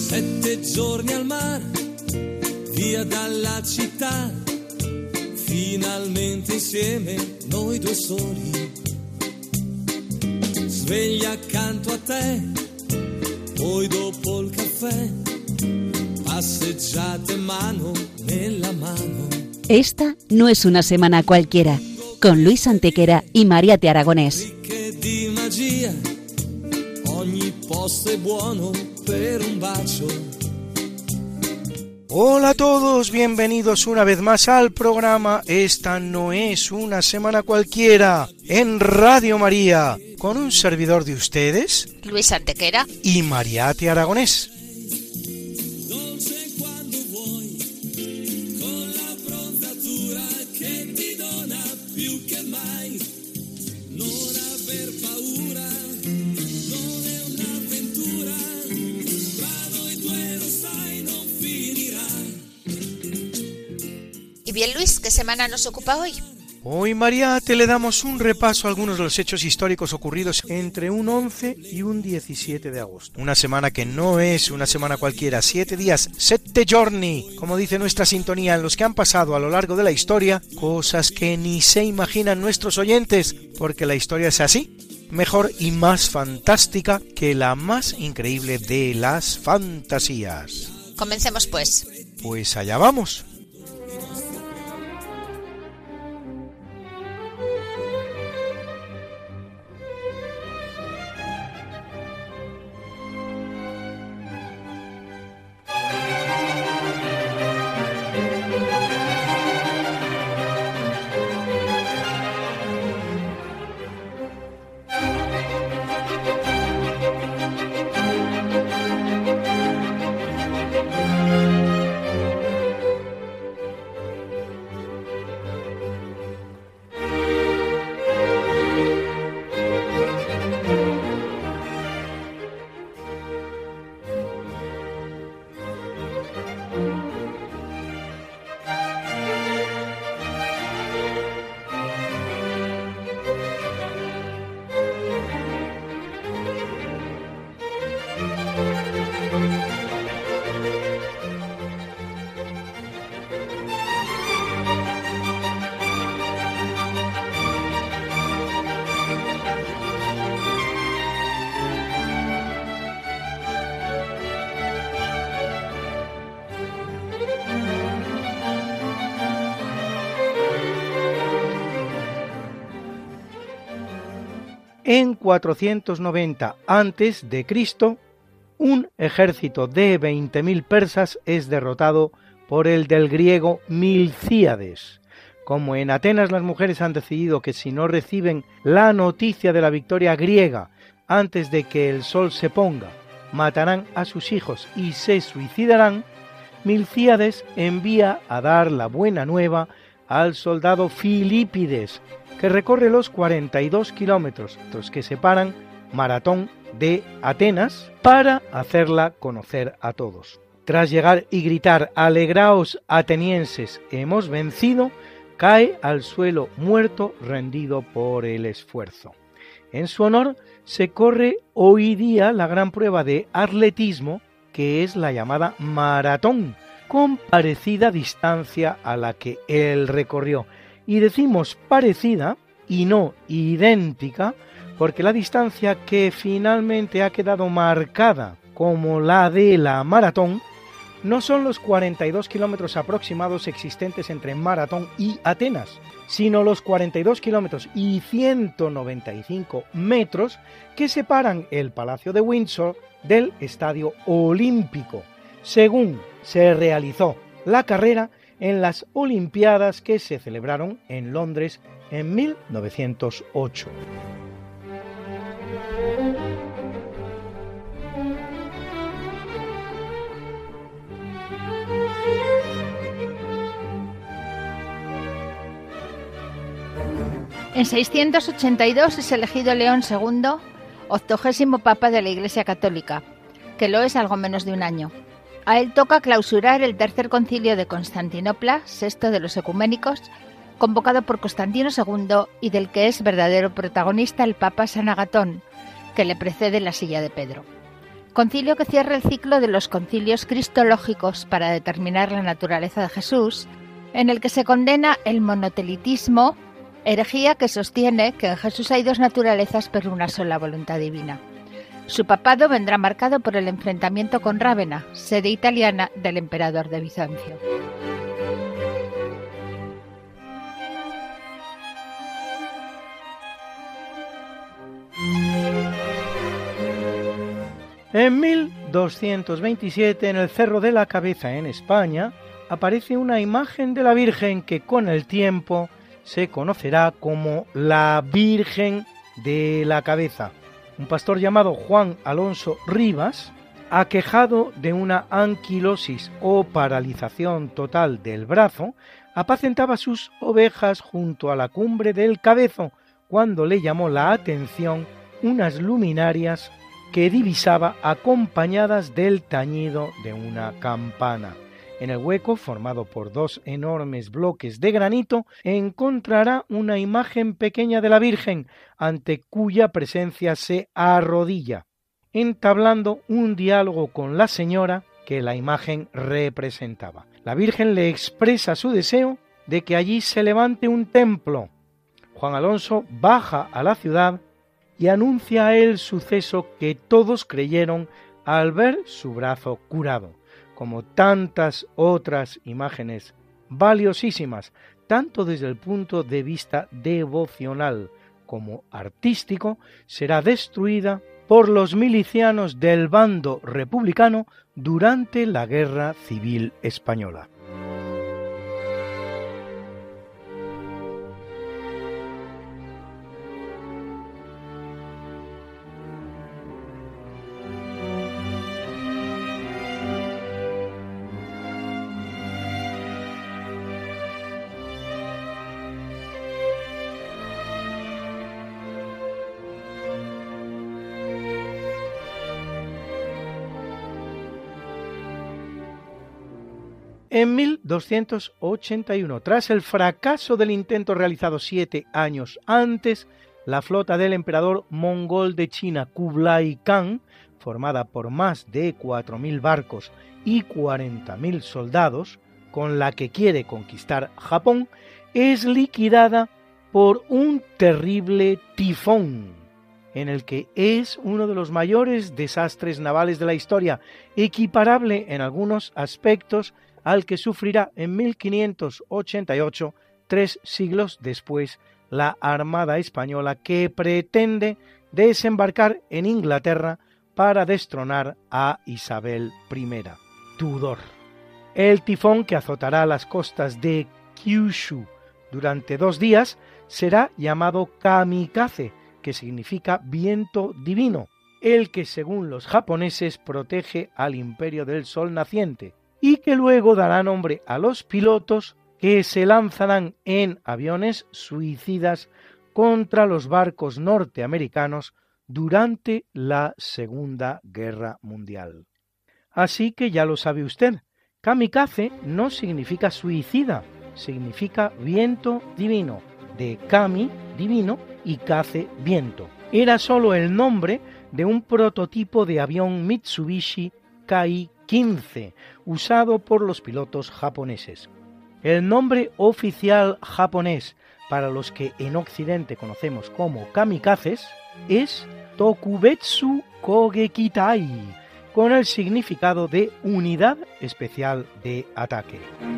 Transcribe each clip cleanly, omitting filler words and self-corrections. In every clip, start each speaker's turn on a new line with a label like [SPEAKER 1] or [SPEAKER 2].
[SPEAKER 1] 7 giorni al mare, via dalla città, finalmente insieme noi due soli. Sveglia accanto a te, poi dopo il caffè, passeggiate mano nella mano.
[SPEAKER 2] Esta no es una semana cualquiera, con Luis Antequera y Mariate Aragonés.
[SPEAKER 1] Ricche di magia, ogni posto è buono per un bacio.
[SPEAKER 3] Hola a todos, bienvenidos una vez más al programa Esta no es una semana cualquiera, en Radio María, con un servidor de ustedes,
[SPEAKER 4] Luis Antequera
[SPEAKER 3] y Mariate Aragonés.
[SPEAKER 4] Y bien, Luis, ¿qué semana nos ocupa hoy?
[SPEAKER 3] Hoy, Mariate, le damos un repaso a algunos de los hechos históricos ocurridos entre un 11 y un 17 de agosto. Una semana que no es una semana cualquiera, 7 días, 7 giorni, como dice nuestra sintonía, en los que han pasado a lo largo de la historia cosas que ni se imaginan nuestros oyentes, porque la historia es así, mejor y más fantástica que la más increíble de las fantasías.
[SPEAKER 4] Comencemos pues.
[SPEAKER 3] Pues allá vamos. En 490 a.C., un ejército de 20.000 persas es derrotado por el del griego Milcíades. Como en Atenas las mujeres han decidido que si no reciben la noticia de la victoria griega antes de que el sol se ponga, matarán a sus hijos y se suicidarán, Milcíades envía a dar la buena nueva al soldado Filípides, que recorre los 42 kilómetros que separan Maratón de Atenas para hacerla conocer a todos. Tras llegar y gritar «Alegraos, atenienses, hemos vencido», cae al suelo muerto rendido por el esfuerzo. En su honor se corre hoy día la gran prueba de atletismo, que es la llamada maratón, con parecida distancia a la que él recorrió. Y decimos parecida y no idéntica, porque la distancia que finalmente ha quedado marcada como la de la maratón no son los 42 kilómetros aproximados existentes entre Maratón y Atenas, sino los 42 kilómetros y 195 metros que separan el Palacio de Windsor del Estadio Olímpico, según se realizó la carrera en las Olimpiadas que se celebraron en Londres en 1908.
[SPEAKER 5] En 682 es elegido León II, 80º Papa de la Iglesia Católica, que lo es algo menos de un año. A él toca clausurar el Tercer Concilio de Constantinopla, sexto de los ecuménicos, convocado por Constantino II y del que es verdadero protagonista el Papa San Agatón, que le precede en la silla de Pedro. concilio que cierra el ciclo de los concilios cristológicos para determinar la naturaleza de Jesús, en el que se condena el monotelitismo, herejía que sostiene que en Jesús hay dos naturalezas pero una sola voluntad divina. Su papado vendrá marcado por el enfrentamiento con Rávena, sede italiana del emperador de Bizancio.
[SPEAKER 3] En 1227, en el Cerro de la Cabeza, en España, aparece una imagen de la Virgen que con el tiempo se conocerá como la Virgen de la Cabeza. Un pastor llamado Juan Alonso Rivas, aquejado de una anquilosis o paralización total del brazo, apacentaba sus ovejas junto a la cumbre del Cabezo cuando le llamó la atención unas luminarias que divisaba acompañadas del tañido de una campana. En el hueco, formado por dos enormes bloques de granito, encontrará una imagen pequeña de la Virgen, ante cuya presencia se arrodilla, entablando un diálogo con la señora que la imagen representaba. La Virgen le expresa su deseo de que allí se levante un templo. Juan Alonso baja a la ciudad y anuncia el suceso que todos creyeron al ver su brazo curado. Como tantas otras imágenes valiosísimas, tanto desde el punto de vista devocional como artístico, será destruida por los milicianos del bando republicano durante la Guerra Civil Española. En 1281, tras el fracaso del intento realizado 7 años antes, la flota del emperador mongol de China Kublai Khan, formada por más de 4.000 barcos y 40.000 soldados, con la que quiere conquistar Japón, es liquidada por un terrible tifón, en el que es uno de los mayores desastres navales de la historia, equiparable en algunos aspectos al que sufrirá en 1588, 3 siglos después, la Armada Española, que pretende desembarcar en Inglaterra para destronar a Isabel I, Tudor. El tifón, que azotará las costas de Kyushu durante 2 días, será llamado kamikaze, que significa viento divino, el que según los japoneses protege al imperio del sol naciente, y que luego dará nombre a los pilotos que se lanzarán en aviones suicidas contra los barcos norteamericanos durante la Segunda Guerra Mundial. Así que ya lo sabe usted, kamikaze no significa suicida, significa viento divino, de kami, divino, y kaze, viento. Era solo el nombre de un prototipo de avión Mitsubishi Kai-15, usado por los pilotos japoneses. El nombre oficial japonés para los que en Occidente conocemos como kamikazes es Tokubetsu Kogekitai, con el significado de unidad especial de ataque.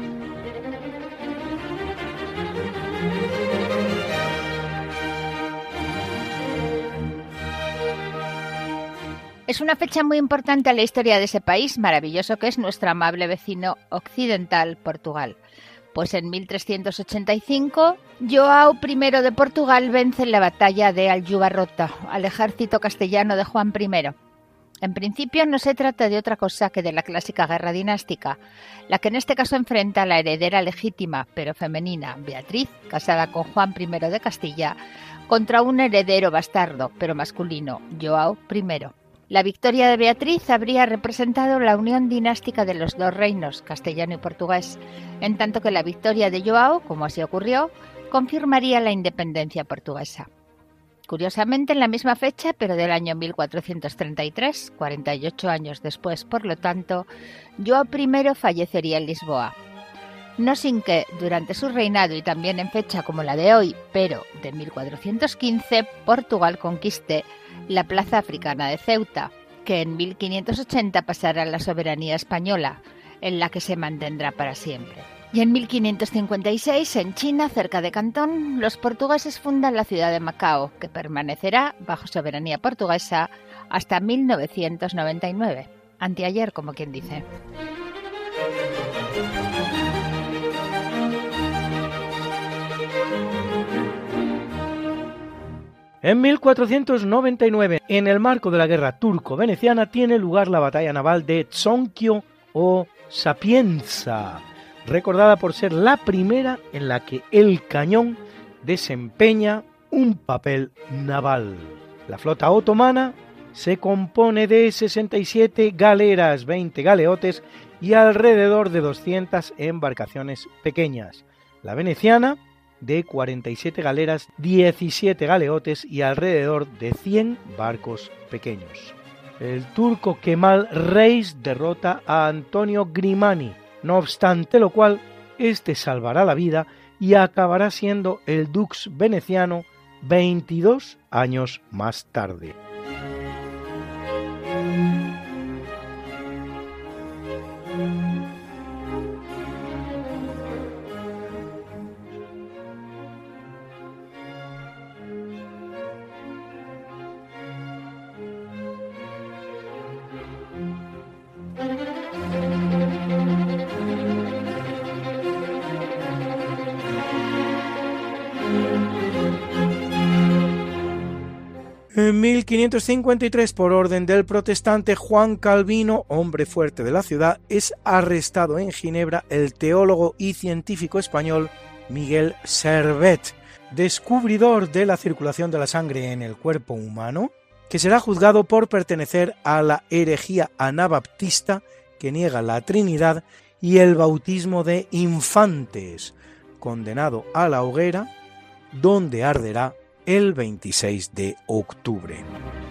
[SPEAKER 5] Es una fecha muy importante en la historia de ese país maravilloso que es nuestro amable vecino occidental, Portugal. Pues en 1385, João I de Portugal vence en la batalla de Aljubarrota al ejército castellano de Juan I. En principio no se trata de otra cosa que de la clásica guerra dinástica, la que en este caso enfrenta a la heredera legítima, pero femenina, Beatriz, casada con Juan I de Castilla, contra un heredero bastardo, pero masculino, João I. La victoria de Beatriz habría representado la unión dinástica de los dos reinos, castellano y portugués, en tanto que la victoria de João, como así ocurrió, confirmaría la independencia portuguesa. curiosamente en la misma fecha, pero del año 1433, 48 años después, por lo tanto, João I fallecería en Lisboa. No sin que, durante su reinado y también en fecha como la de hoy, pero de 1415, Portugal conquiste la plaza africana de Ceuta, que en 1580 pasará a la soberanía española, en la que se mantendrá para siempre. Y en 1556, en China, cerca de Cantón, los portugueses fundan la ciudad de Macao, que permanecerá bajo soberanía portuguesa hasta 1999, anteayer, como quien dice.
[SPEAKER 3] En 1499, en el marco de la guerra turco-veneciana, tiene lugar la batalla naval de Tzonquio o Sapienza, recordada por ser la primera en la que el cañón desempeña un papel naval. La flota otomana se compone de 67 galeras, 20 galeotes y alrededor de 200 embarcaciones pequeñas. La veneciana, de 47 galeras, 17 galeotes y alrededor de 100 barcos pequeños. El turco Kemal Reis derrota a Antonio Grimani, no obstante lo cual, este salvará la vida y acabará siendo el dux veneciano 22 años más tarde. En 1553, por orden del protestante Juan Calvino, hombre fuerte de la ciudad, es arrestado en Ginebra el teólogo y científico español Miguel Servet, descubridor de la circulación de la sangre en el cuerpo humano, que será juzgado por pertenecer a la herejía anabaptista que niega la Trinidad y el bautismo de infantes, condenado a la hoguera, donde arderá el 26 de octubre.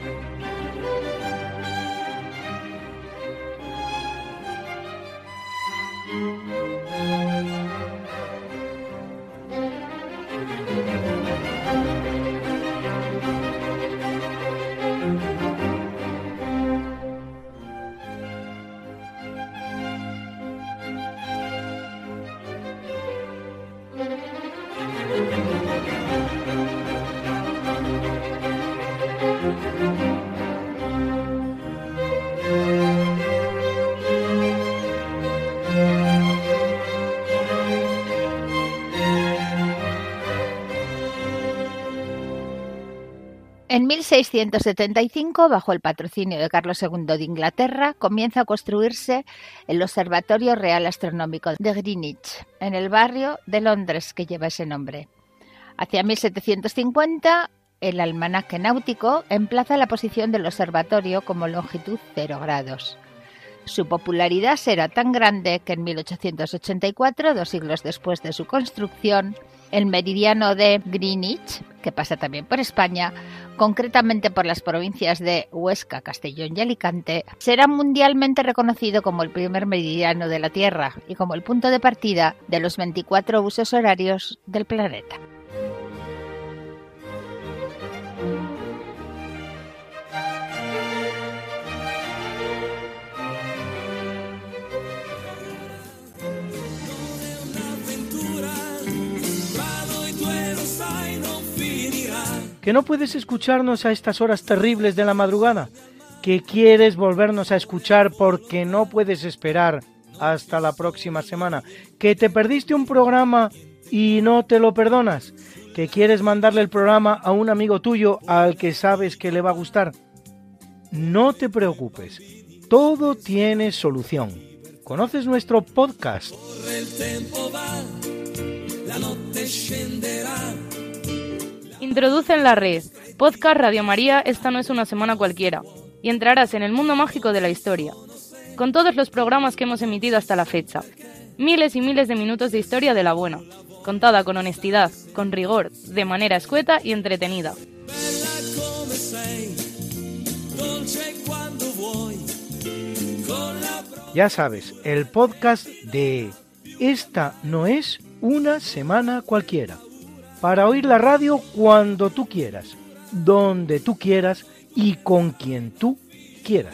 [SPEAKER 5] En 1675, bajo el patrocinio de Carlos II de Inglaterra, comienza a construirse el Observatorio Real Astronómico de Greenwich, en el barrio de Londres que lleva ese nombre. Hacia 1750, el almanaque náutico emplaza la posición del observatorio como longitud 0 grados. Su popularidad será tan grande que en 1884, 2 siglos después de su construcción, el meridiano de Greenwich, que pasa también por España, concretamente por las provincias de Huesca, Castellón y Alicante, será mundialmente reconocido como el primer meridiano de la Tierra y como el punto de partida de los 24 usos horarios del planeta.
[SPEAKER 3] ¿Que no puedes escucharnos a estas horas terribles de la madrugada? ¿Que quieres volvernos a escuchar porque no puedes esperar hasta la próxima semana? ¿Que te perdiste un programa y no te lo perdonas? ¿Que quieres mandarle el programa a un amigo tuyo al que sabes que le va a gustar? No te preocupes, todo tiene solución. ¿Conoces nuestro podcast?
[SPEAKER 6] Introduce en la red Podcast Radio María, esta no es una semana cualquiera, y entrarás en el mundo mágico de la historia, con todos los programas que hemos emitido hasta la fecha. Miles y miles de minutos de historia de la buena, contada con honestidad, con rigor, de manera escueta y entretenida.
[SPEAKER 3] Ya sabes, el podcast de Esta no es una semana cualquiera. Para oír la radio cuando tú quieras, donde tú quieras y con quien tú quieras.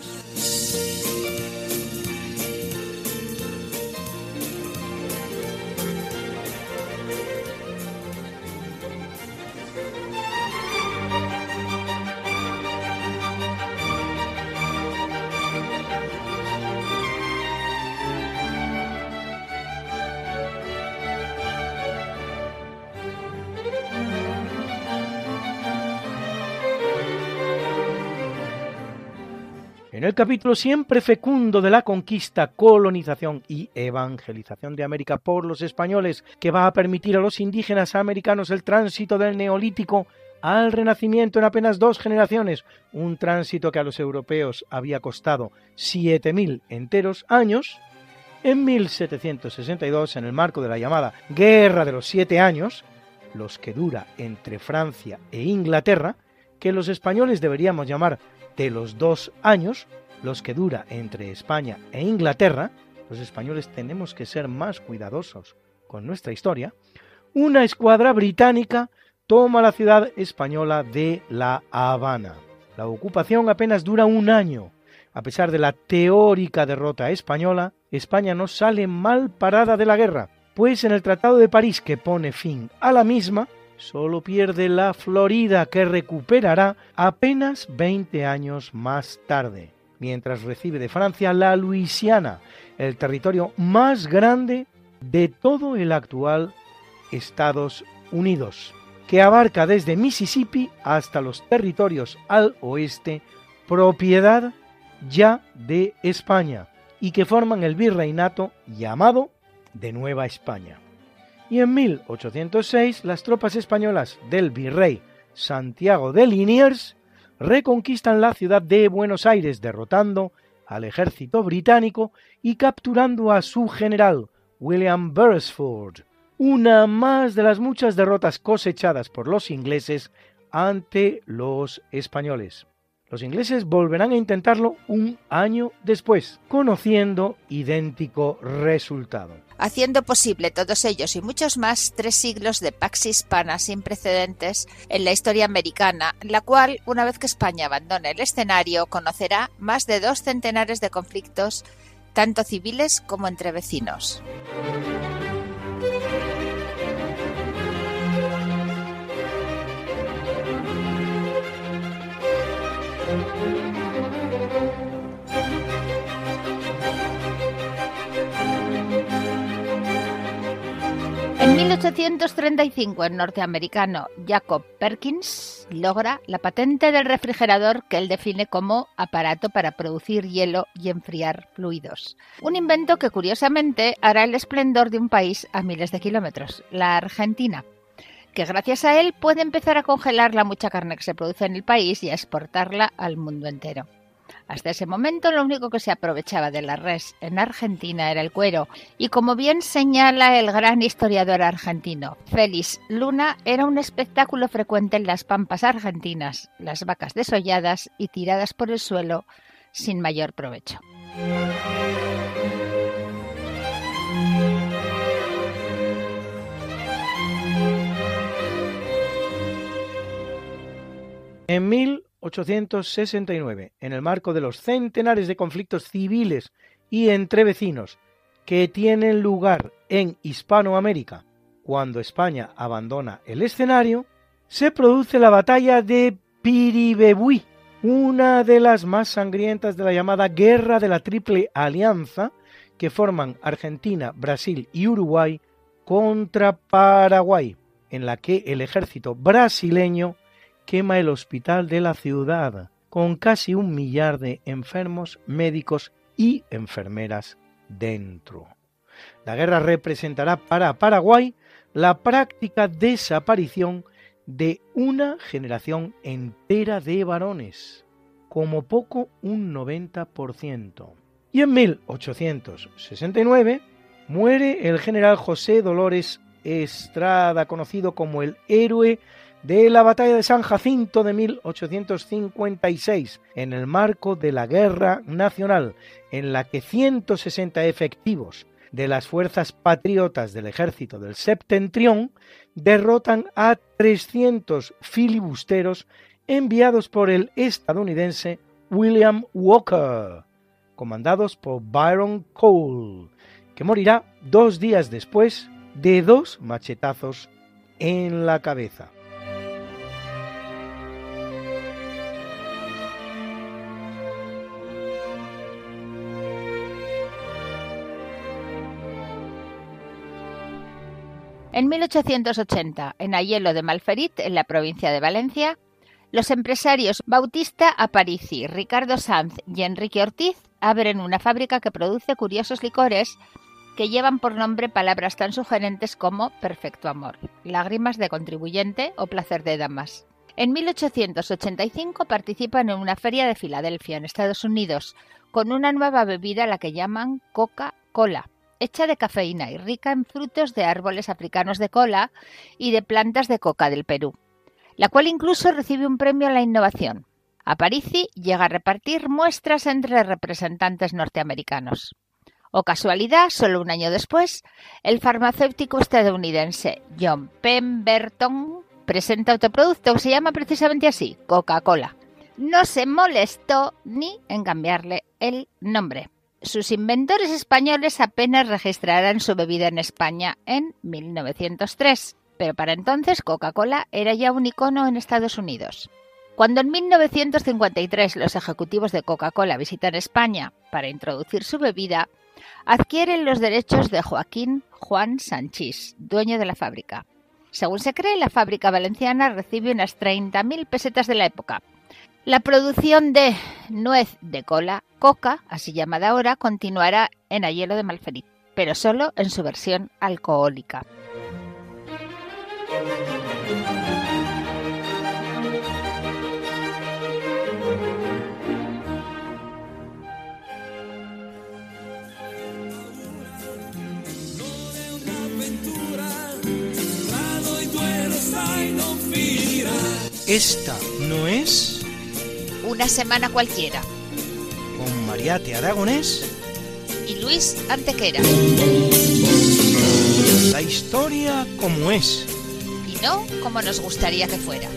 [SPEAKER 3] En el capítulo siempre fecundo de la conquista, colonización y evangelización de América por los españoles, que va a permitir a los indígenas americanos el tránsito del Neolítico al Renacimiento en apenas 2 generaciones, un tránsito que a los europeos había costado 7.000 enteros años, en 1762, en el marco de la llamada Guerra de los 7 Años, los que dura entre Francia e Inglaterra, que los españoles deberíamos llamar de los 2 años, los que dura entre España e Inglaterra, los españoles tenemos que ser más cuidadosos con nuestra historia, una escuadra británica toma la ciudad española de La Habana. La ocupación apenas dura 1 año. A pesar de la teórica derrota española, España no sale mal parada de la guerra, pues en el Tratado de París, que pone fin a la misma, solo pierde la Florida, que recuperará apenas 20 años más tarde, mientras recibe de Francia la Luisiana, el territorio más grande de todo el actual Estados Unidos, que abarca desde Mississippi hasta los territorios al oeste, propiedad ya de España, y que forman el virreinato llamado de Nueva España. Y en 1806 las tropas españolas del virrey Santiago de Liniers reconquistan la ciudad de Buenos Aires, derrotando al ejército británico y capturando a su general, William Beresford, una más de las muchas derrotas cosechadas por los ingleses ante los españoles. Los ingleses volverán a intentarlo 1 año después, conociendo idéntico resultado.
[SPEAKER 4] Haciendo posible todos ellos y muchos más 3 siglos de pax hispana sin precedentes en la historia americana, la cual, una vez que España abandone el escenario, conocerá más de 2 centenares de conflictos, tanto civiles como entre vecinos.
[SPEAKER 5] En 1835, el norteamericano Jacob Perkins logra la patente del refrigerador, que él define como aparato para producir hielo y enfriar fluidos. Un invento que curiosamente hará el esplendor de un país a miles de kilómetros, la Argentina, que gracias a él puede empezar a congelar la mucha carne que se produce en el país y a exportarla al mundo entero. Hasta ese momento lo único que se aprovechaba de la res en Argentina era el cuero, y como bien señala el gran historiador argentino Félix Luna, era un espectáculo frecuente en las pampas argentinas, las vacas desolladas y tiradas por el suelo sin mayor provecho.
[SPEAKER 3] En 1869, en el marco de los centenares de conflictos civiles y entre vecinos que tienen lugar en Hispanoamérica, cuando España abandona el escenario, se produce la batalla de Piribebuy, una de las más sangrientas de la llamada Guerra de la Triple Alianza, que forman Argentina, Brasil y Uruguay contra Paraguay, en la que el ejército brasileño quema el hospital de la ciudad, con casi 1 millar de enfermos, médicos y enfermeras dentro. La guerra representará para Paraguay la práctica desaparición de una generación entera de varones, como poco un 90%. Y en 1869 muere el general José Dolores Estrada, conocido como el héroe de la batalla de San Jacinto de 1856, en el marco de la Guerra Nacional, en la que 160 efectivos de las fuerzas patriotas del ejército del Septentrión derrotan a 300 filibusteros enviados por el estadounidense William Walker, comandados por Byron Cole, que morirá 2 días después de 2 machetazos en la cabeza.
[SPEAKER 5] En 1880, en Aielo de Malferit, en la provincia de Valencia, los empresarios Bautista Aparici, Ricardo Sanz y Enrique Ortiz abren una fábrica que produce curiosos licores que llevan por nombre palabras tan sugerentes como perfecto amor, lágrimas de contribuyente o placer de damas. En 1885 participan en una feria de Filadelfia, en Estados Unidos, con una nueva bebida a la que llaman Coca-Cola, hecha de cafeína y rica en frutos de árboles africanos de cola y de plantas de coca del Perú, la cual incluso recibe un premio a la innovación. Aparici llega a repartir muestras entre representantes norteamericanos. O casualidad, solo un año después, el farmacéutico estadounidense John Pemberton presenta otro producto que se llama precisamente así, Coca-Cola. No se molestó ni en cambiarle el nombre. Sus inventores españoles apenas registrarán su bebida en España en 1903, pero para entonces Coca-Cola era ya un icono en Estados Unidos. Cuando en 1953 los ejecutivos de Coca-Cola visitan España para introducir su bebida, adquieren los derechos de Joaquín Juan Sanchís, dueño de la fábrica. Según se cree, la fábrica valenciana recibe unas 30.000 pesetas de la época. La producción de nuez de cola, coca, así llamada ahora, continuará en Aielo de Malferit, pero solo en su versión alcohólica.
[SPEAKER 3] Esta no es
[SPEAKER 4] Una semana cualquiera.
[SPEAKER 3] con Mariate Aragonés.
[SPEAKER 4] Y Luis Antequera.
[SPEAKER 3] La historia como es.
[SPEAKER 4] Y no como nos gustaría que fuera.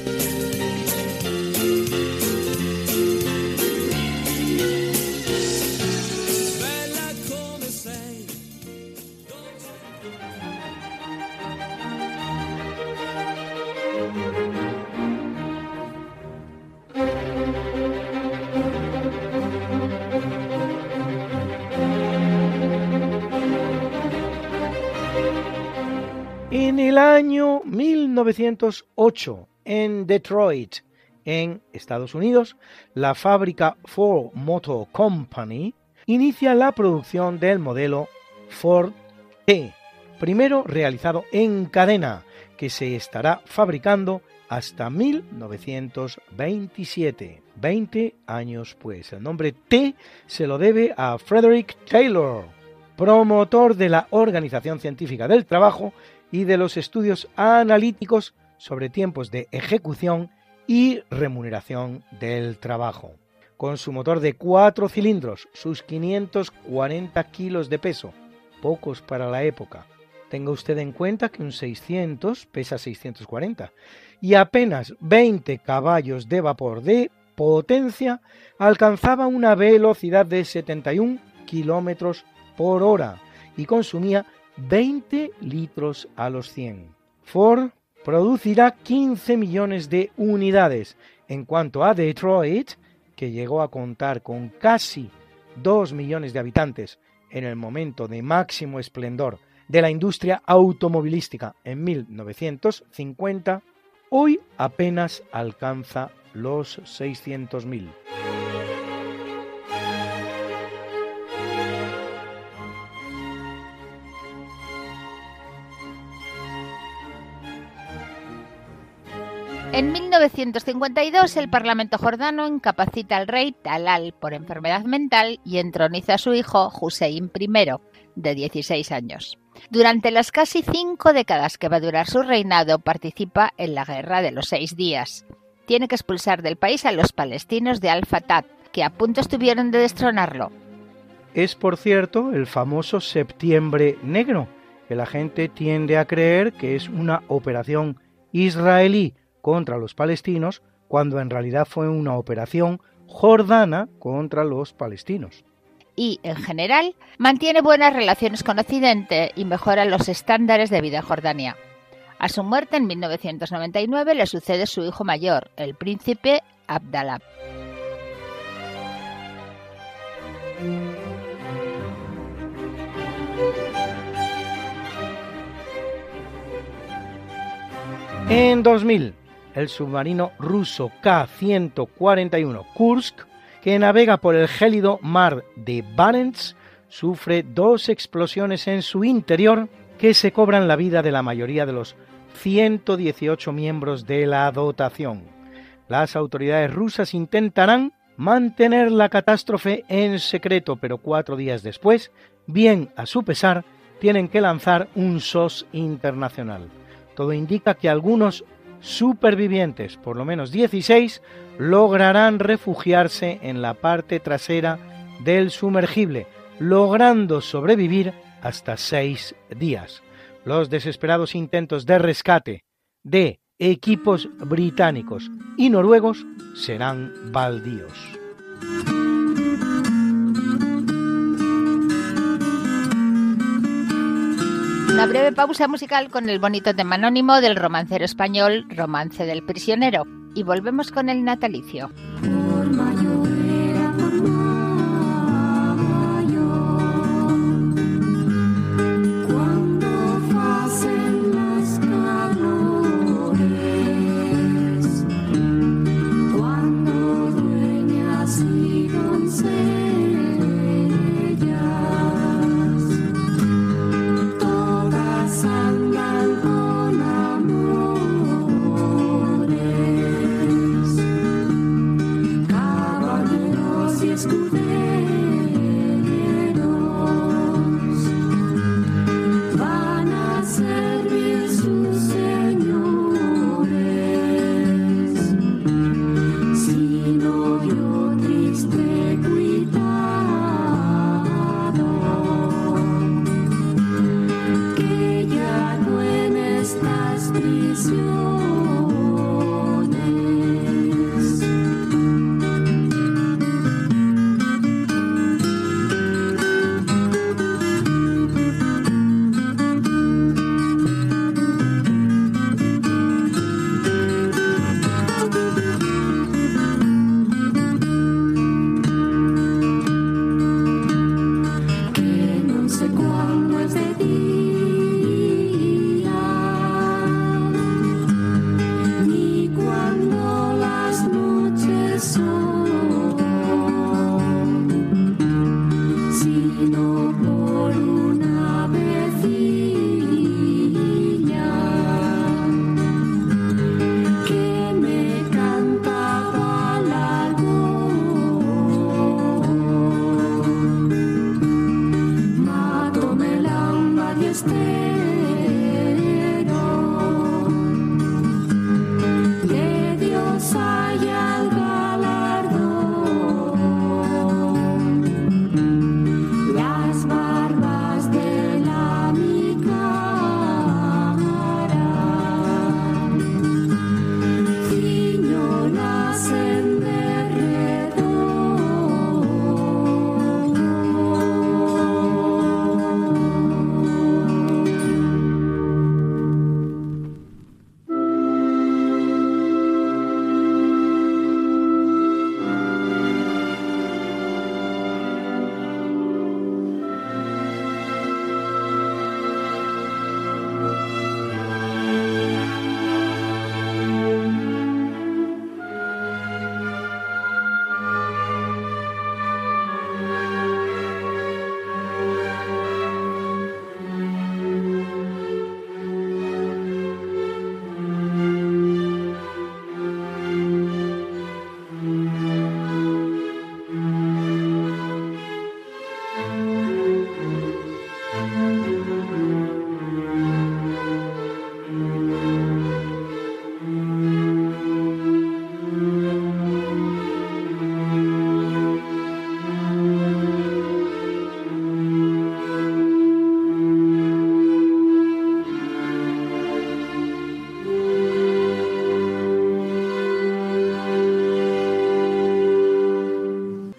[SPEAKER 3] En el año 1908, en Detroit, en Estados Unidos, la fábrica Ford Motor Company inicia la producción del modelo Ford T, primero realizado en cadena, que se estará fabricando hasta 1927, 20 años pues. El nombre T se lo debe a Frederick Taylor, promotor de la Organización Científica del Trabajo y de los estudios analíticos sobre tiempos de ejecución y remuneración del trabajo. Con su motor de 4 cilindros, sus 540 kilos de peso, pocos para la época. Tenga usted en cuenta que un 600 pesa 640 y apenas 20 caballos de vapor de potencia, alcanzaba una velocidad de 71 kilómetros por hora y consumía 20 litros a los 100. Ford producirá 15 millones de unidades. En cuanto a Detroit, que llegó a contar con casi 2 millones de habitantes en el momento de máximo esplendor de la industria automovilística en 1950, hoy apenas alcanza los 600.000.
[SPEAKER 5] En 1952, el Parlamento jordano incapacita al rey Talal por enfermedad mental y entroniza a su hijo Hussein I, de 16 años. Durante las casi 5 décadas que va a durar su reinado, participa en la Guerra de los 6 días. Tiene que expulsar del país a los palestinos de Al-Fatah, que a punto estuvieron de destronarlo.
[SPEAKER 3] Es, por cierto, el famoso Septiembre Negro, que la gente tiende a creer que es una operación israelí contra los palestinos, cuando en realidad fue una operación jordana contra los palestinos.
[SPEAKER 5] Y, en general, mantiene buenas relaciones con Occidente y mejora los estándares de vida en Jordania. A su muerte en 1999 le sucede su hijo mayor, el príncipe Abdalá.
[SPEAKER 3] En 2000, el submarino ruso K-141 Kursk, que navega por el gélido mar de Barents, sufre 2 explosiones en su interior que se cobran la vida de la mayoría de los 118 miembros de la dotación. Las autoridades rusas intentarán mantener la catástrofe en secreto, pero 4 días después, bien a su pesar, tienen que lanzar un SOS internacional. Todo indica que algunos supervivientes, por lo menos 16, lograrán refugiarse en la parte trasera del sumergible, logrando sobrevivir hasta 6 días. Los desesperados intentos de rescate de equipos británicos y noruegos serán baldíos.
[SPEAKER 5] Una breve pausa musical con el bonito tema anónimo del romancero español Romance del prisionero. Y volvemos con el natalicio.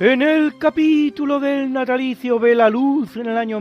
[SPEAKER 3] En el capítulo del natalicio ve la luz en el año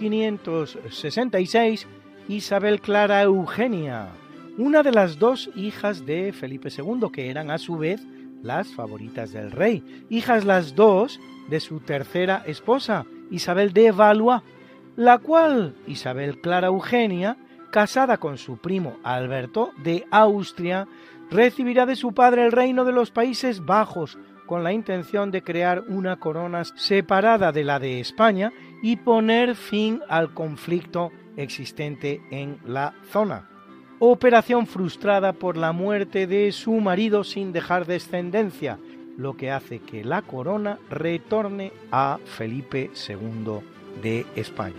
[SPEAKER 3] 1566 Isabel Clara Eugenia, una de las dos hijas de Felipe II, que eran a su vez las favoritas del rey, hijas las dos de su tercera esposa, Isabel de Valois, la cual Isabel Clara Eugenia, casada con su primo Alberto de Austria, recibirá de su padre el reino de los Países Bajos, con la intención de crear una corona separada de la de España y poner fin al conflicto existente en la zona. Operación frustrada por la muerte de su marido sin dejar descendencia, lo que hace que la corona retorne a Felipe II de España.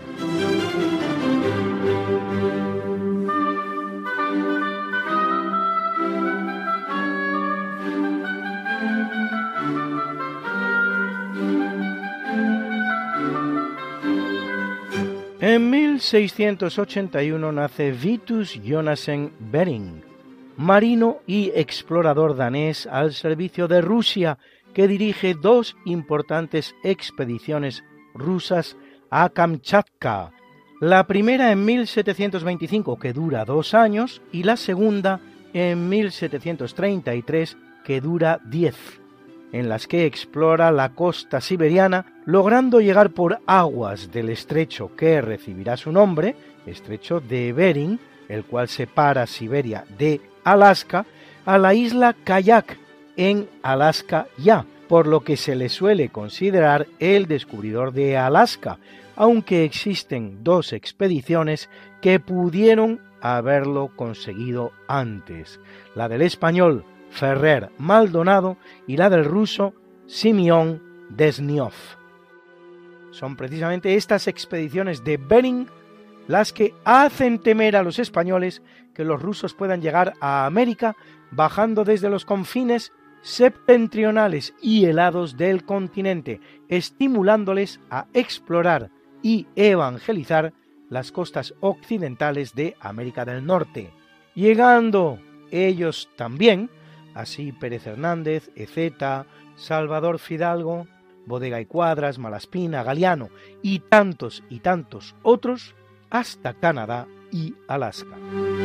[SPEAKER 3] En 1681 nace Vitus Jonassen Bering, marino y explorador danés al servicio de Rusia, que dirige dos importantes expediciones rusas a Kamchatka, la primera en 1725, que dura 2 años, y la segunda en 1733, que dura 10, en las que explora la costa siberiana, logrando llegar por aguas del estrecho que recibirá su nombre, estrecho de Bering, el cual separa Siberia de Alaska, a la isla Kayak, en Alaska ya, por lo que se le suele considerar el descubridor de Alaska, aunque existen 2 expediciones que pudieron haberlo conseguido antes, la del español Ferrer Maldonado y la del ruso Simeón Desniov. Son precisamente estas expediciones de Bering las que hacen temer a los españoles que los rusos puedan llegar a América bajando desde los confines septentrionales y helados del continente, estimulándoles a explorar y evangelizar las costas occidentales de América del Norte, llegando ellos también, así Pérez Hernández, Ezeta, Salvador Fidalgo, Bodega y Cuadras, Malaspina, Galiano y tantos otros, hasta Canadá y Alaska.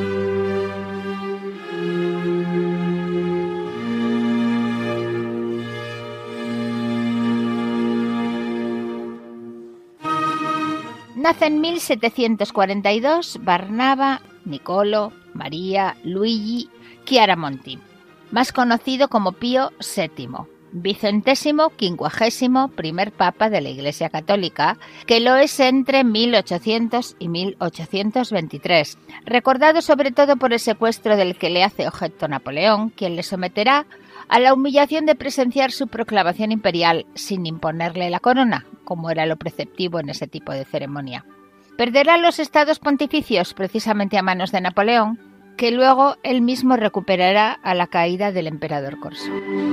[SPEAKER 5] Nace en 1742 Barnaba Niccolo Maria Luigi Chiaramonti, más conocido como Pío VII, vicentésimo quincuagésimo primer papa de la Iglesia Católica, que lo es entre 1800 y 1823, recordado sobre todo por el secuestro del que le hace objeto Napoleón, quien le someterá a la humillación de presenciar su proclamación imperial sin imponerle la corona, como era lo preceptivo en ese tipo de ceremonia. Perderá los estados pontificios precisamente a manos de Napoleón, que luego él mismo recuperará a la caída del emperador Corso.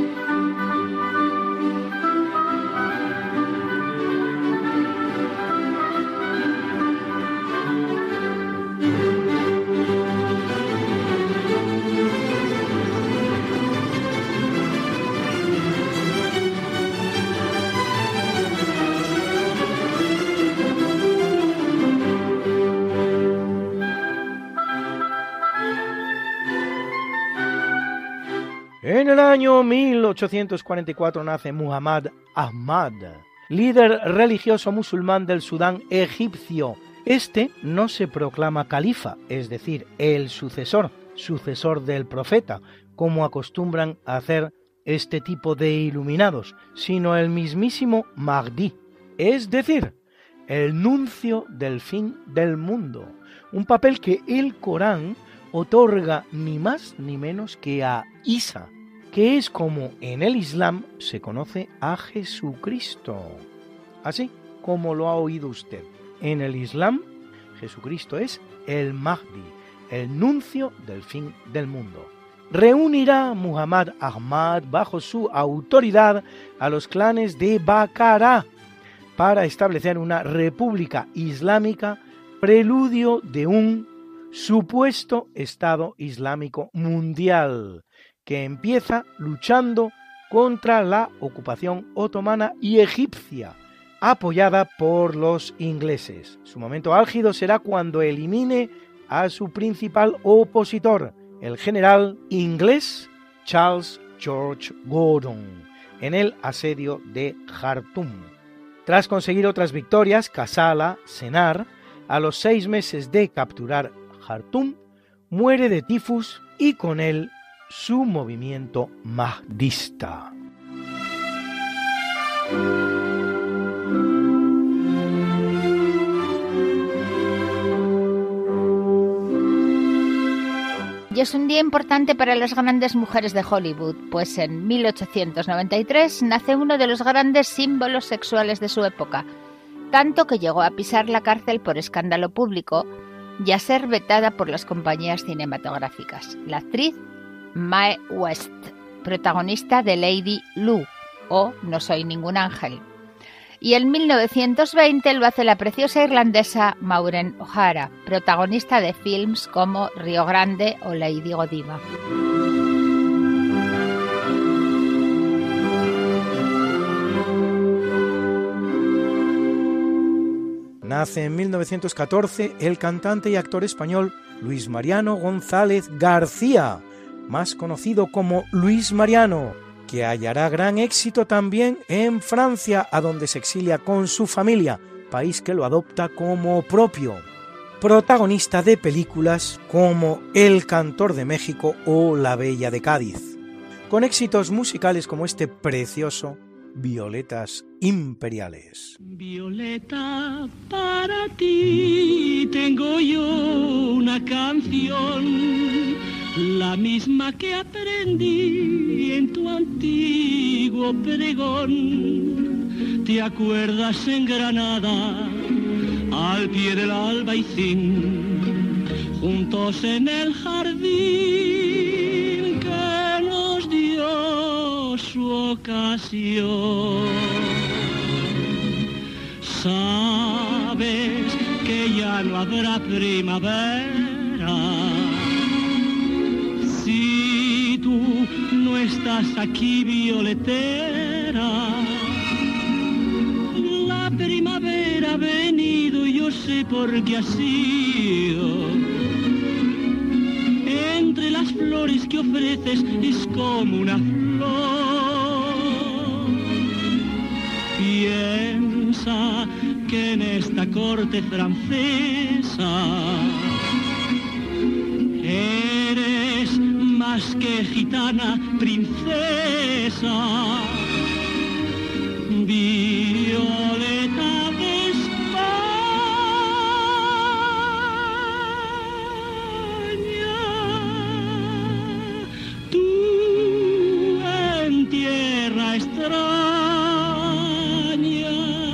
[SPEAKER 3] En el año 1844 nace Muhammad Ahmad, líder religioso musulmán del Sudán egipcio. Este no se proclama califa, es decir, el sucesor del profeta, como acostumbran a hacer este tipo de iluminados, sino el mismísimo Mahdi, es decir, el nuncio del fin del mundo, un papel que el Corán otorga ni más ni menos que a Isa, que es como en el Islam se conoce a Jesucristo. Así como lo ha oído usted. En el Islam, Jesucristo es el Mahdi, el nuncio del fin del mundo. Reunirá Muhammad Ahmad bajo su autoridad a los clanes de Bakará para establecer una república islámica, preludio de un supuesto Estado Islámico mundial, que empieza luchando contra la ocupación otomana y egipcia, apoyada por los ingleses. Su momento álgido será cuando elimine a su principal opositor, el general inglés Charles George Gordon, en el asedio de Jartum. Tras conseguir otras victorias, Kassala Sennar, a los 6 meses de capturar Jartum, muere de tifus y con él su movimiento mahdista.
[SPEAKER 5] Y es un día importante para las grandes mujeres de Hollywood, pues en 1893 nace uno de los grandes símbolos sexuales de su época, tanto que llegó a pisar la cárcel por escándalo público y a ser vetada por las compañías cinematográficas, la actriz Mae West, protagonista de Lady Lu o No soy ningún ángel. Y en 1920 lo hace la preciosa irlandesa Maureen O'Hara, protagonista de films como Río Grande o Lady Godiva.
[SPEAKER 3] Nace en 1914 el cantante y actor español Luis Mariano González García, más conocido como Luis Mariano, que hallará gran éxito también en Francia, a donde se exilia con su familia, país que lo adopta como propio. Protagonista de películas como El Cantor de México o La Bella de Cádiz, con éxitos musicales como este precioso Violetas Imperiales.
[SPEAKER 1] Violeta, para ti tengo yo una canción, la misma que aprendí en tu antiguo pregón. ¿Te acuerdas en Granada, al pie del Albaicín, juntos en el jardín que nos dio su ocasión? Sabes que ya no habrá primavera si tú no estás aquí, violetera. La primavera ha venido, yo sé por qué ha sido. Entre las flores que ofreces es como una flor. Piensa que en esta corte francesa eres más que gitana, princesa. Violeta de España, tú en tierra extraña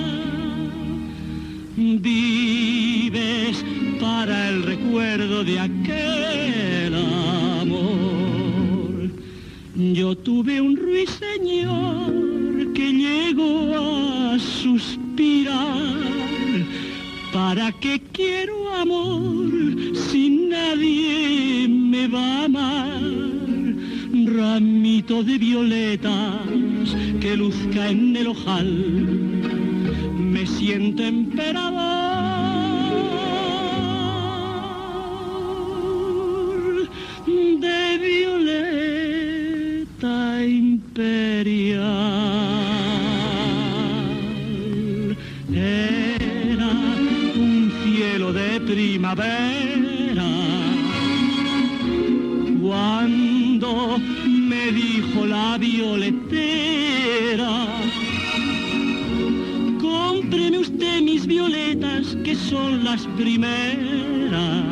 [SPEAKER 1] vives para el recuerdo de aquel amor. Yo tuve un ruiseñor que llegó a suspirar. ¿Para qué quiero amor si nadie me va a amar? Ramito de violetas que luzca en el ojal, me siento emperador de violeta imperial. Era un cielo de primavera cuando me dijo la violetera: cómpreme usted mis violetas, que son las primeras.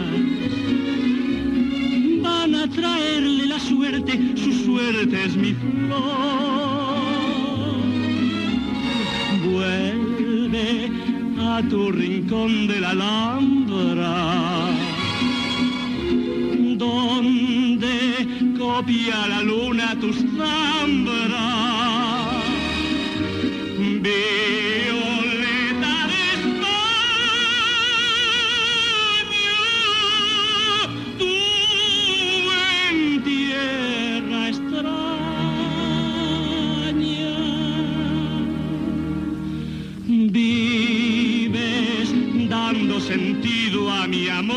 [SPEAKER 1] Van a traerle la suerte, su suerte es mi flor. Vuelve a tu rincón de la Alhambra, donde copia la luna tus zambras. Violeta de España, tú en tierra extraña sentido a mi amor.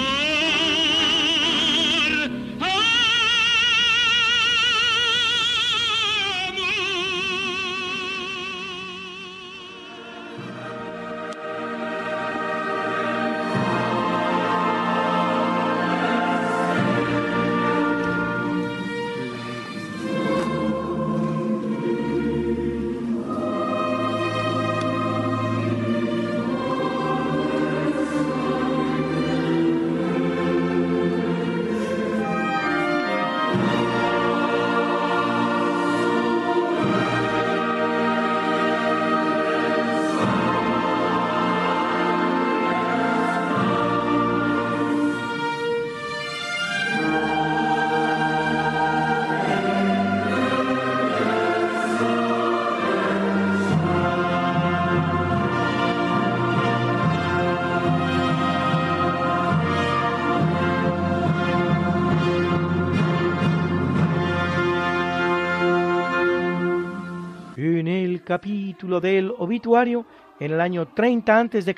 [SPEAKER 3] En el capítulo del obituario, en el año 30 a.C.,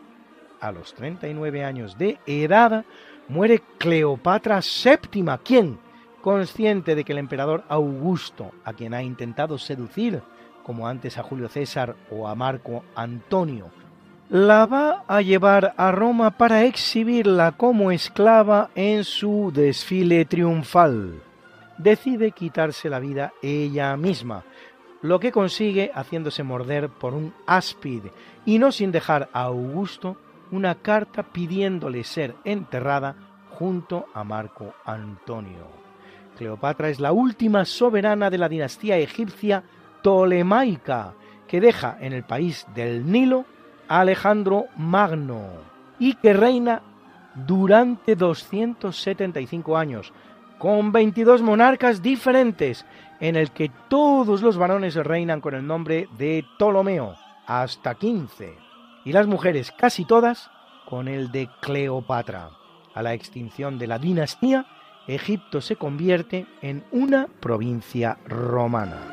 [SPEAKER 3] a los 39 años de edad, muere Cleopatra VII, quien, consciente de que el emperador Augusto, a quien ha intentado seducir, como antes a Julio César o a Marco Antonio, la va a llevar a Roma para exhibirla como esclava en su desfile triunfal. Decide quitarse la vida ella misma, lo que consigue haciéndose morder por un áspid y no sin dejar a Augusto una carta pidiéndole ser enterrada junto a Marco Antonio. Cleopatra es la última soberana de la dinastía egipcia tolemaica, que deja en el país del Nilo a Alejandro Magno y que reina durante 275 años, con 22 monarcas diferentes, en el que todos los varones reinan con el nombre de Ptolomeo, hasta 15, y las mujeres casi todas con el de Cleopatra. A la extinción de la dinastía, Egipto se convierte en una provincia romana.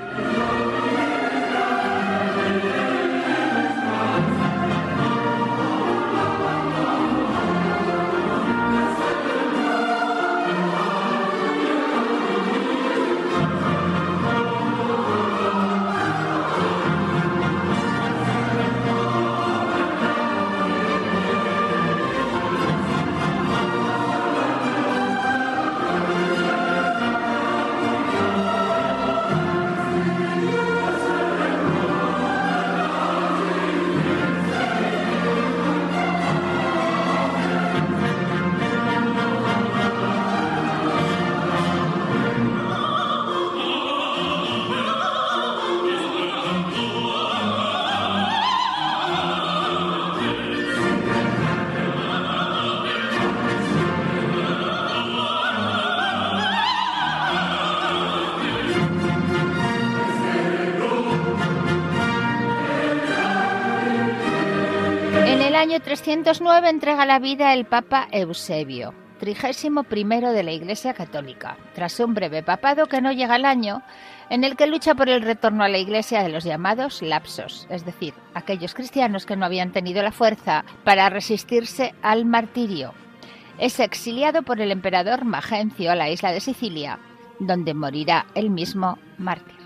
[SPEAKER 5] En el año 309 entrega la vida el Papa Eusebio, 31º de la Iglesia Católica, tras un breve papado que no llega al año, en el que lucha por el retorno a la Iglesia de los llamados lapsos, es decir, aquellos cristianos que no habían tenido la fuerza para resistirse al martirio. Es exiliado por el emperador Magencio a la isla de Sicilia, donde morirá él mismo mártir.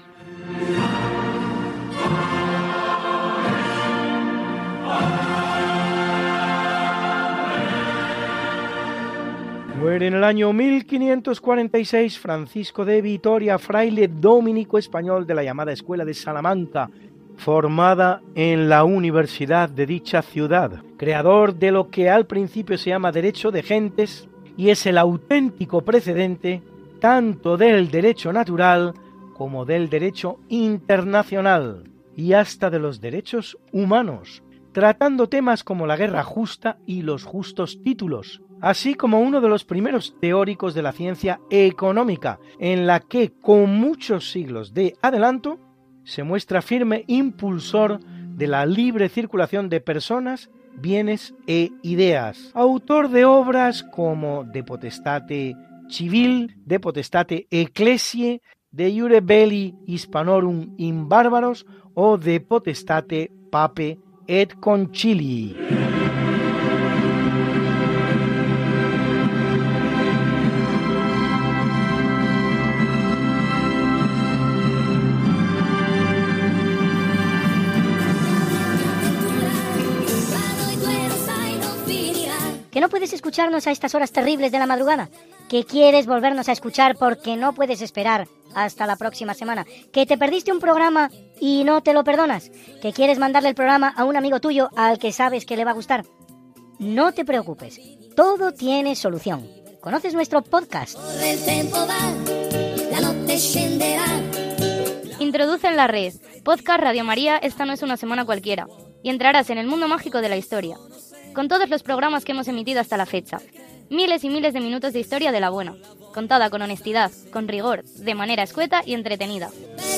[SPEAKER 3] Muere en el año 1546 Francisco de Vitoria, fraile dominico español de la llamada Escuela de Salamanca, formada en la universidad de dicha ciudad, creador de lo que al principio se llama derecho de gentes y es el auténtico precedente tanto del derecho natural como del derecho internacional y hasta de los derechos humanos, tratando temas como la guerra justa y los justos títulos, así como uno de los primeros teóricos de la ciencia económica, en la que, con muchos siglos de adelanto, se muestra firme impulsor de la libre circulación de personas, bienes e ideas. Autor de obras como De Potestate Civil, De Potestate Ecclesiae, De Iure Belli Hispanorum in Barbaros o De Potestate Pape et Concilii.
[SPEAKER 7] ¿Que no puedes escucharnos a estas horas terribles de la madrugada? ¿Que quieres volvernos a escuchar porque no puedes esperar hasta la próxima semana? ¿Que te perdiste un programa y no te lo perdonas? ¿Que quieres mandarle el programa a un amigo tuyo al que sabes que le va a gustar? No te preocupes, todo tiene solución. ¿Conoces nuestro podcast?
[SPEAKER 6] Introduce en la red Podcast Radio María, esta no es una semana cualquiera, y entrarás en el mundo mágico de la historia, con todos los programas que hemos emitido hasta la fecha. Miles y miles de minutos de historia de la buena, contada con honestidad, con rigor, de manera escueta y entretenida.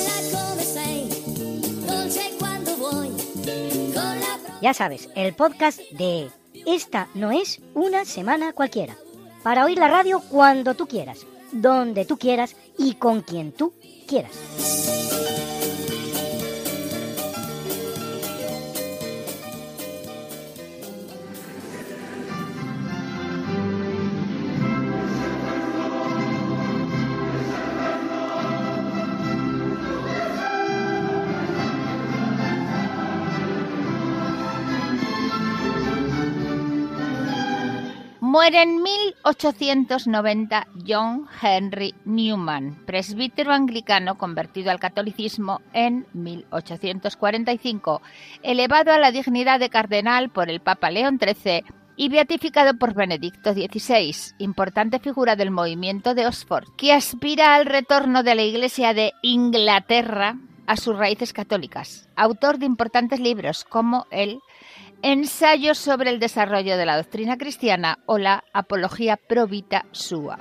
[SPEAKER 7] Ya sabes, el podcast de Esta no es una semana cualquiera. Para oír la radio cuando tú quieras, donde tú quieras y con quien tú quieras.
[SPEAKER 5] Muere en 1890 John Henry Newman, presbítero anglicano convertido al catolicismo en 1845, elevado a la dignidad de cardenal por el Papa León XIII y beatificado por Benedicto XVI, importante figura del movimiento de Oxford, que aspira al retorno de la Iglesia de Inglaterra a sus raíces católicas, autor de importantes libros como el Ensayo sobre el desarrollo de la doctrina cristiana o la Apología pro vita sua.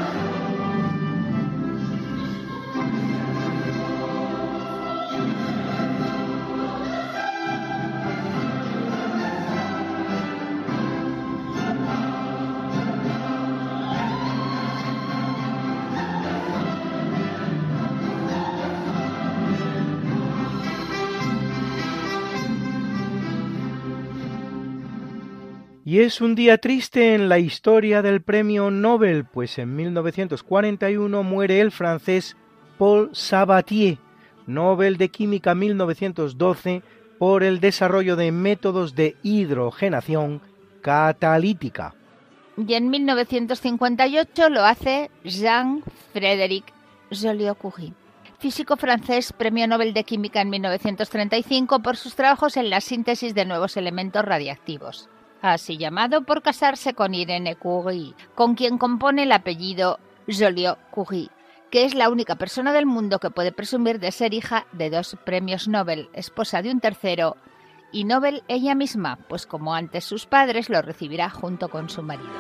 [SPEAKER 3] Y es un día triste en la historia del premio Nobel, pues en 1941 muere el francés Paul Sabatier, Nobel de Química 1912, por el desarrollo de métodos de hidrogenación catalítica.
[SPEAKER 5] Y en 1958 lo hace Jean-Frédéric Joliot-Curie, físico francés, premio Nobel de Química en 1935 por sus trabajos en la síntesis de nuevos elementos radiactivos. Así llamado por casarse con Irene Curie, con quien compone el apellido Joliot-Curie, que es la única persona del mundo que puede presumir de ser hija de 2 premios Nobel, esposa de un tercero y Nobel ella misma, pues como antes sus padres lo recibirá junto con su marido.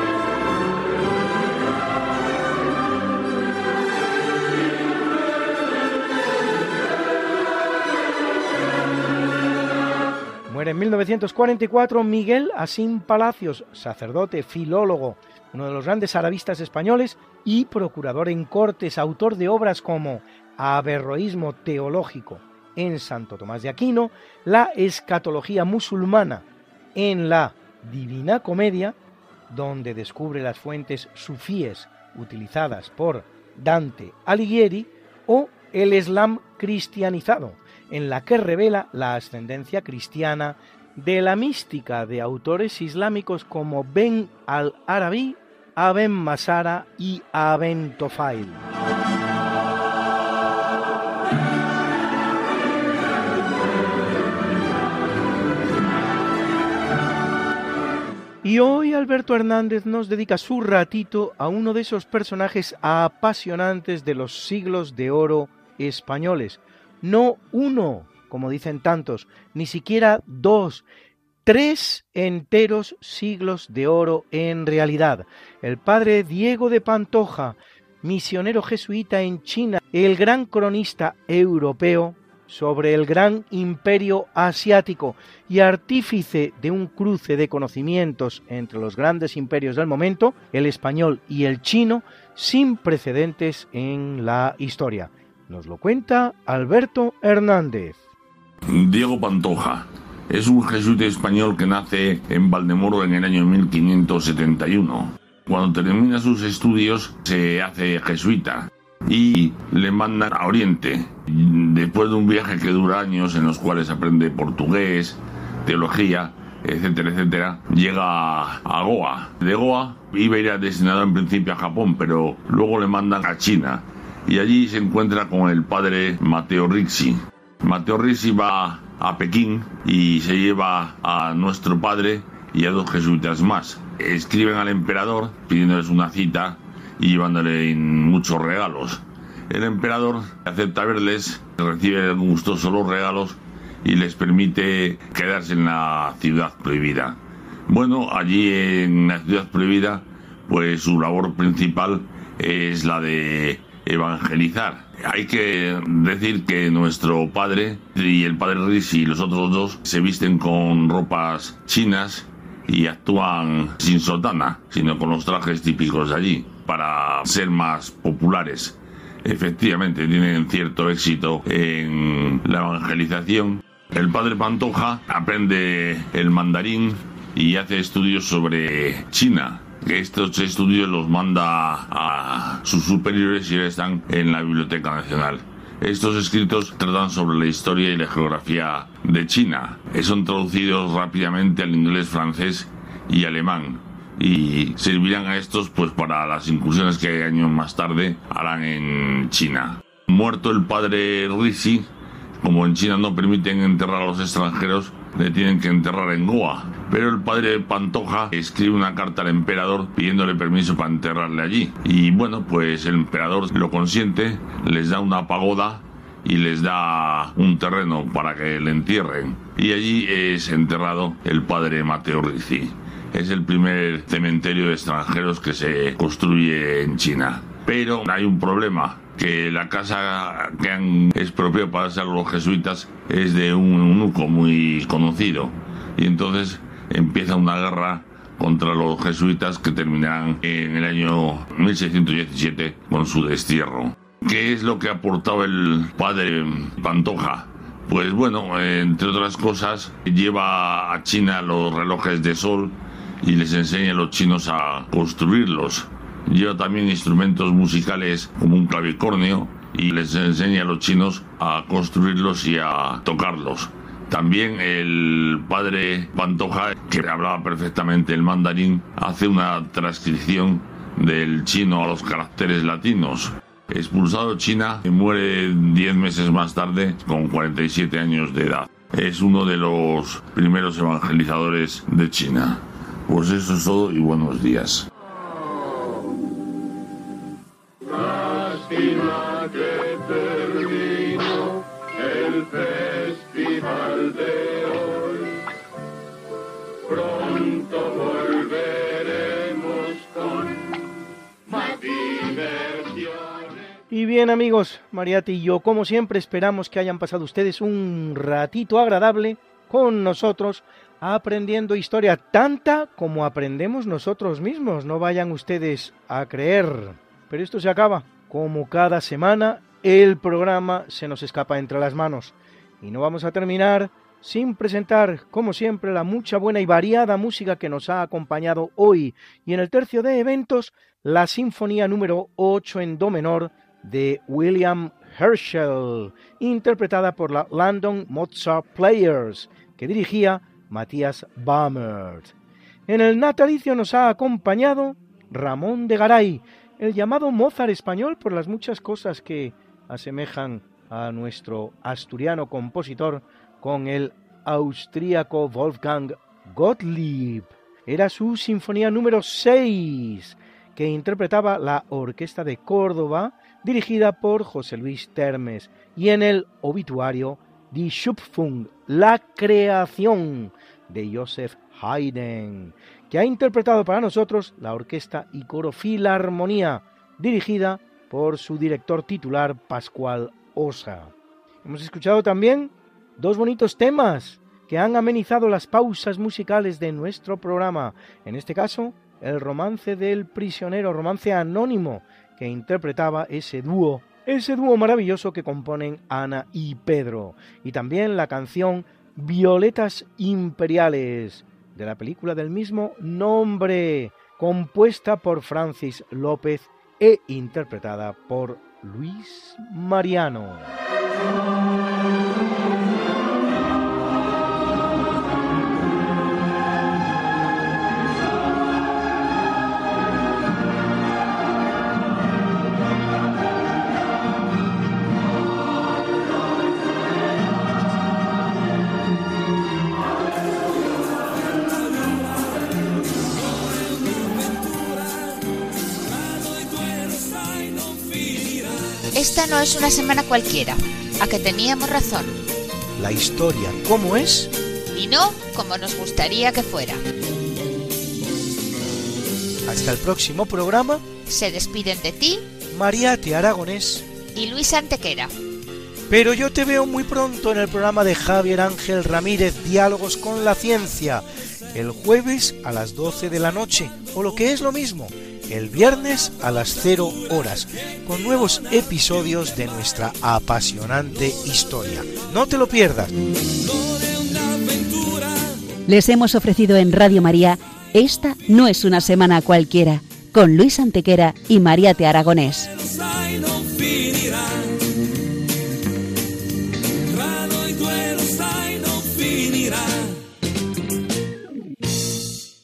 [SPEAKER 3] Muere en 1944 Miguel Asín Palacios, sacerdote, filólogo, uno de los grandes arabistas españoles y procurador en Cortes, autor de obras como Averroísmo teológico en Santo Tomás de Aquino, la escatología musulmana en la Divina Comedia, donde descubre las fuentes sufíes utilizadas por Dante Alighieri, o el Islam cristianizado, en la que revela la ascendencia cristiana de la mística de autores islámicos como Ben al-Arabi, Aben Masara y Aben Tofail. Y hoy Alberto Hernández nos dedica su ratito a uno de esos personajes apasionantes de los siglos de oro españoles. No uno, como dicen tantos, ni siquiera 2, 3 enteros siglos de oro en realidad. El padre Diego de Pantoja, misionero jesuita en China, el gran cronista europeo sobre el gran imperio asiático y artífice de un cruce de conocimientos entre los grandes imperios del momento, el español y el chino, sin precedentes en la historia. Nos lo cuenta Alberto Hernández.
[SPEAKER 8] Diego Pantoja es un jesuita español que nace en Valdemoro en el año 1571. Cuando termina sus estudios se hace jesuita y le mandan a Oriente, después de un viaje que dura años en los cuales aprende portugués, teología etcétera, etcétera, llega a Goa. De Goa iba a ir destinado en principio a Japón, pero luego le mandan a China y allí se encuentra con el padre Matteo Ricci. Matteo Ricci va a Pekín y se lleva a nuestro padre y a 2 jesuitas más. Escriben al emperador pidiéndoles una cita y llevándole muchos regalos. El emperador acepta verles, recibe gustosos los regalos y les permite quedarse en la ciudad prohibida. Bueno, allí en la ciudad prohibida, pues su labor principal es la de evangelizar. Hay que decir que nuestro padre y el padre Ricci y los otros 2 se visten con ropas chinas y actúan sin sotana, sino con los trajes típicos de allí, para ser más populares. Efectivamente, tienen cierto éxito en la evangelización. El padre Pantoja aprende el mandarín y hace estudios sobre China. Estos estudios los manda a sus superiores y están en la Biblioteca Nacional. Estos escritos tratan sobre la historia y la geografía de China. Son traducidos rápidamente al inglés, francés y alemán. Y servirán a estos pues para las incursiones que años más tarde harán en China. Muerto el padre Ricci, como en China no permiten enterrar a los extranjeros, le tienen que enterrar en Goa. Pero el padre Pantoja escribe una carta al emperador pidiéndole permiso para enterrarle allí. Y bueno, pues el emperador lo consiente, les da una pagoda y les da un terreno para que le entierren. Y allí es enterrado el padre Matteo Ricci. Es el primer cementerio de extranjeros que se construye en China. Pero hay un problema, que la casa que han expropiado para hacer los jesuitas es de un eunuco muy conocido. Y entonces empieza una guerra contra los jesuitas que terminarán en el año 1617 con su destierro. ¿Qué es lo que ha aportado el padre Pantoja? Pues bueno, entre otras cosas, lleva a China los relojes de sol y les enseña a los chinos a construirlos. Lleva también instrumentos musicales como un clavicornio y les enseña a los chinos a construirlos y a tocarlos. También el padre Pantoja, que hablaba perfectamente el mandarín, hace una transcripción del chino a los caracteres latinos. Expulsado de China, muere 10 meses más tarde con 47 años de edad. Es uno de los primeros evangelizadores de China. Pues eso es todo y buenos días.
[SPEAKER 9] Lástima que terminó el festival de hoy. Pronto volveremos con más diversiones.
[SPEAKER 3] Y bien, amigos, Mariate y yo, como siempre, esperamos que hayan pasado ustedes un ratito agradable con nosotros, aprendiendo historia, tanta como aprendemos nosotros mismos. No vayan ustedes a creer. Pero esto se acaba. Como cada semana, el programa se nos escapa entre las manos. Y no vamos a terminar sin presentar, como siempre, la mucha buena y variada música que nos ha acompañado hoy. Y en el tercio de eventos, la Sinfonía número 8 en do menor de William Herschel, interpretada por la London Mozart Players, que dirigía Matthias Bammert. En el natalicio nos ha acompañado Ramón de Garay, el llamado Mozart español por las muchas cosas que asemejan a nuestro asturiano compositor con el austríaco Wolfgang Gottlieb. Era su Sinfonía número 6, que interpretaba la Orquesta de Córdoba, dirigida por José Luis Termes, y en el obituario Die Schöpfung, la creación, de Joseph Haydn, que ha interpretado para nosotros la Orquesta y Coro Filarmonía, dirigida por su director titular Pascual Osa. Hemos escuchado también dos bonitos temas que han amenizado las pausas musicales de nuestro programa. En este caso, el Romance del Prisionero, romance anónimo, que interpretaba ese dúo maravilloso que componen Ana y Pedro. Y también la canción Violetas Imperiales, de la película del mismo nombre, compuesta por Francis López e interpretada por Luis Mariano.
[SPEAKER 4] Esta no es una semana cualquiera, a que teníamos razón.
[SPEAKER 3] La historia, ¿cómo es?
[SPEAKER 4] Y no como nos gustaría que fuera.
[SPEAKER 3] Hasta el próximo programa.
[SPEAKER 4] Se despiden de ti,
[SPEAKER 3] Mariate Aragonés
[SPEAKER 4] y Luis Antequera.
[SPEAKER 3] Pero yo te veo muy pronto en el programa de Javier Ángel Ramírez, Diálogos con la Ciencia, el jueves a las 12 de la noche, o lo que es lo mismo, el viernes a las 0 horas, con nuevos episodios de nuestra apasionante historia. No te lo pierdas.
[SPEAKER 2] Les hemos ofrecido en Radio María Esta no es una semana cualquiera, con Luis Antequera y Mariate Aragonés.